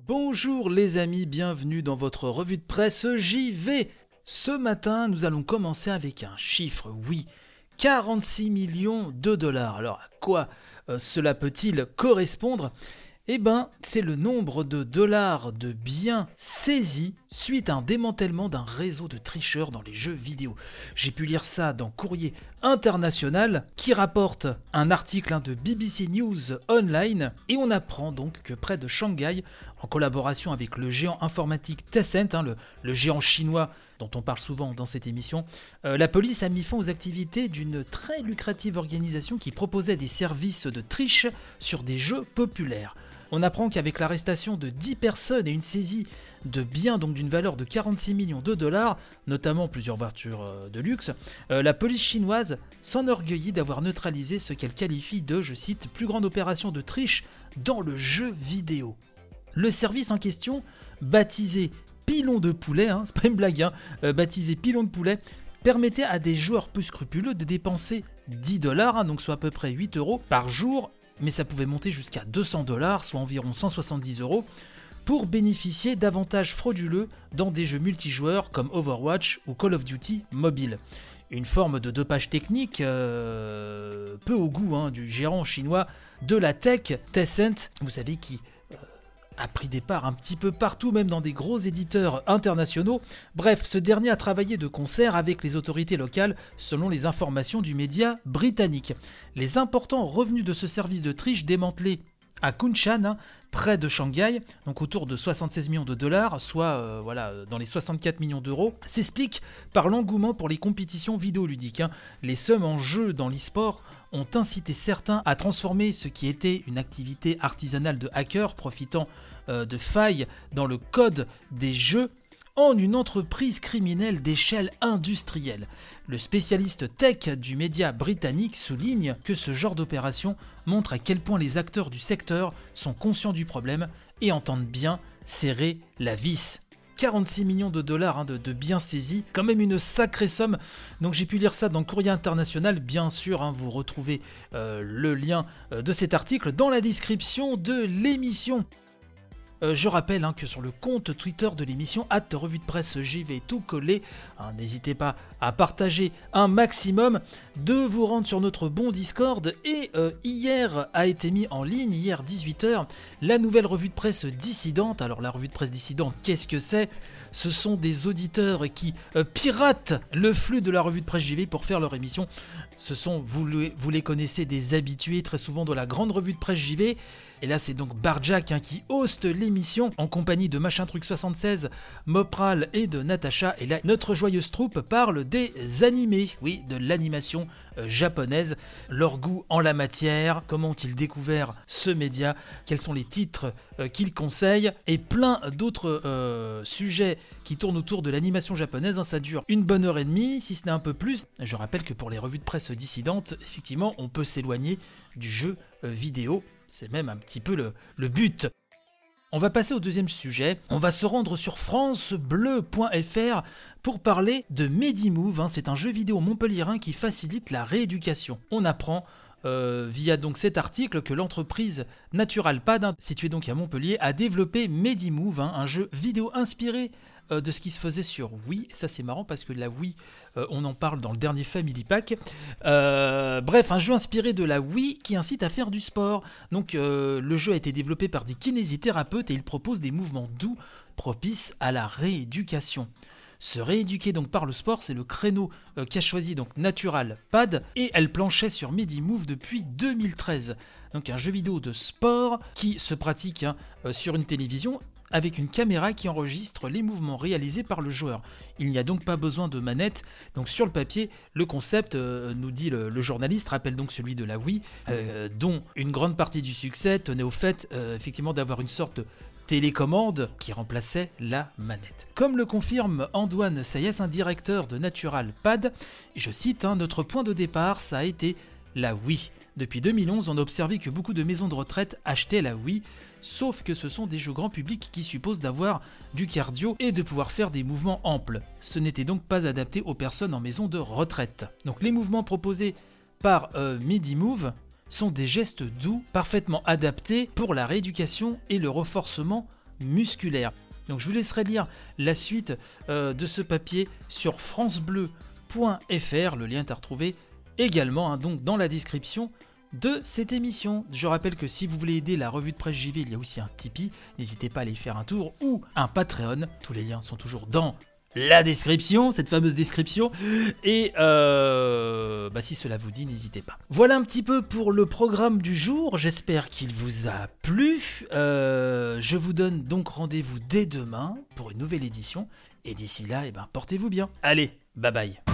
Bonjour les amis, bienvenue dans votre revue de presse JV. Ce matin, nous allons commencer avec un chiffre, oui, 46 millions de dollars. Alors à quoi cela peut-il correspondre ? Eh ben, c'est le nombre de dollars de biens saisis suite à un démantèlement d'un réseau de tricheurs dans les jeux vidéo. J'ai pu lire ça dans Courrier International qui rapporte un article de BBC News Online et on apprend donc que près de Shanghai, en collaboration avec le géant informatique Tencent, le géant chinois dont on parle souvent dans cette émission, la police a mis fin aux activités d'une très lucrative organisation qui proposait des services de triche sur des jeux populaires. On apprend qu'avec l'arrestation de 10 personnes et une saisie de biens donc d'une valeur de 46 millions de dollars, notamment plusieurs voitures de luxe, la police chinoise s'enorgueillit d'avoir neutralisé ce qu'elle qualifie de, je cite, plus grande opération de triche dans le jeu vidéo. Le service en question, baptisé Pilon de poulet, c'est pas une blague, baptisé Pilon de poulet, permettait à des joueurs peu scrupuleux de dépenser 10 dollars, donc soit à peu près 8 euros par jour, mais ça pouvait monter jusqu'à 200 dollars, soit environ 170 euros, pour bénéficier d'avantages frauduleux dans des jeux multijoueurs comme Overwatch ou Call of Duty mobile. Une forme de dopage technique peu au goût du géant chinois de la tech, Tencent, vous savez qui a pris des parts un petit peu partout, même dans des gros éditeurs internationaux. Bref, ce dernier a travaillé de concert avec les autorités locales, selon les informations du média britannique. Les importants revenus de ce service de triche démantelé à Kunshan, près de Shanghai, donc autour de 76 millions de dollars, soit dans les 64 millions d'euros, s'explique par l'engouement pour les compétitions vidéoludiques. Les sommes en jeu dans l'e-sport ont incité certains à transformer ce qui était une activité artisanale de hackers profitant de failles dans le code des jeux en une entreprise criminelle d'échelle industrielle. Le spécialiste tech du média britannique souligne que ce genre d'opération montre à quel point les acteurs du secteur sont conscients du problème et entendent bien serrer la vis. 46 millions de dollars de biens saisis, quand même une sacrée somme. Donc j'ai pu lire ça dans Courrier International, bien sûr, vous retrouvez le lien de cet article dans la description de l'émission. Je rappelle que sur le compte Twitter de l'émission @revue de presse JV tout collé, n'hésitez pas à partager un maximum, de vous rendre sur notre bon Discord et hier a été mis en ligne, hier 18h, la nouvelle revue de presse dissidente. Alors la revue de presse dissidente, qu'est-ce que c'est ? Ce sont des auditeurs qui piratent le flux de la revue de presse JV pour faire leur émission. Ce sont, vous les connaissez, des habitués très souvent de la grande revue de presse JV. Et là, c'est donc Barjack qui hoste l'émission en compagnie de Machin Truc 76, Mopral et de Natacha. Et là, notre joyeuse troupe parle des animés, oui, de l'animation japonaise, leur goût en la matière, comment ont-ils découvert ce média, quels sont les titres qu'ils conseillent, et plein d'autres sujets qui tournent autour de l'animation japonaise. Ça dure une bonne heure et demie, si ce n'est un peu plus. Je rappelle que pour les revues de presse dissidentes, effectivement, on peut s'éloigner du jeu vidéo. C'est même un petit peu le but. On va passer au deuxième sujet. On va se rendre sur francebleu.fr pour parler de Medimove. C'est un jeu vidéo montpelliérain qui facilite la rééducation. On apprend via donc cet article que l'entreprise NaturalPad, située donc à Montpellier, a développé Medimove, un jeu vidéo inspiré de ce qui se faisait sur Wii. Ça c'est marrant parce que la Wii, on en parle dans le dernier Family Pack. Bref, un jeu inspiré de la Wii qui incite à faire du sport. Donc le jeu a été développé par des kinésithérapeutes et il propose des mouvements doux propices à la rééducation. Se rééduquer donc par le sport, c'est le créneau qu'a choisi donc NaturalPad et elle planchait sur Medimove depuis 2013. Donc un jeu vidéo de sport qui se pratique sur une télévision avec une caméra qui enregistre les mouvements réalisés par le joueur. Il n'y a donc pas besoin de manette. Donc sur le papier, le concept, nous dit le journaliste, rappelle donc celui de la Wii, dont une grande partie du succès tenait au fait effectivement d'avoir une sorte de télécommande qui remplaçait la manette. Comme le confirme Antoine Sayès, un directeur de NaturalPad, je cite, notre point de départ, ça a été la Wii. Depuis 2011, on a observé que beaucoup de maisons de retraite achetaient la Wii, sauf que ce sont des jeux grand public qui supposent d'avoir du cardio et de pouvoir faire des mouvements amples. Ce n'était donc pas adapté aux personnes en maison de retraite. Donc les mouvements proposés par Medimove sont des gestes doux, parfaitement adaptés pour la rééducation et le renforcement musculaire. Donc je vous laisserai lire la suite de ce papier sur francebleu.fr. Le lien est à retrouver également donc dans la description de cette émission. Je rappelle que si vous voulez aider la revue de presse JV, il y a aussi un Tipeee. N'hésitez pas à aller y faire un tour ou un Patreon. Tous les liens sont toujours dans la description, cette fameuse description. Et si cela vous dit, n'hésitez pas. Voilà un petit peu pour le programme du jour. J'espère qu'il vous a plu. Je vous donne donc rendez-vous dès demain pour une nouvelle édition. Et d'ici là, portez-vous bien. Allez, bye bye.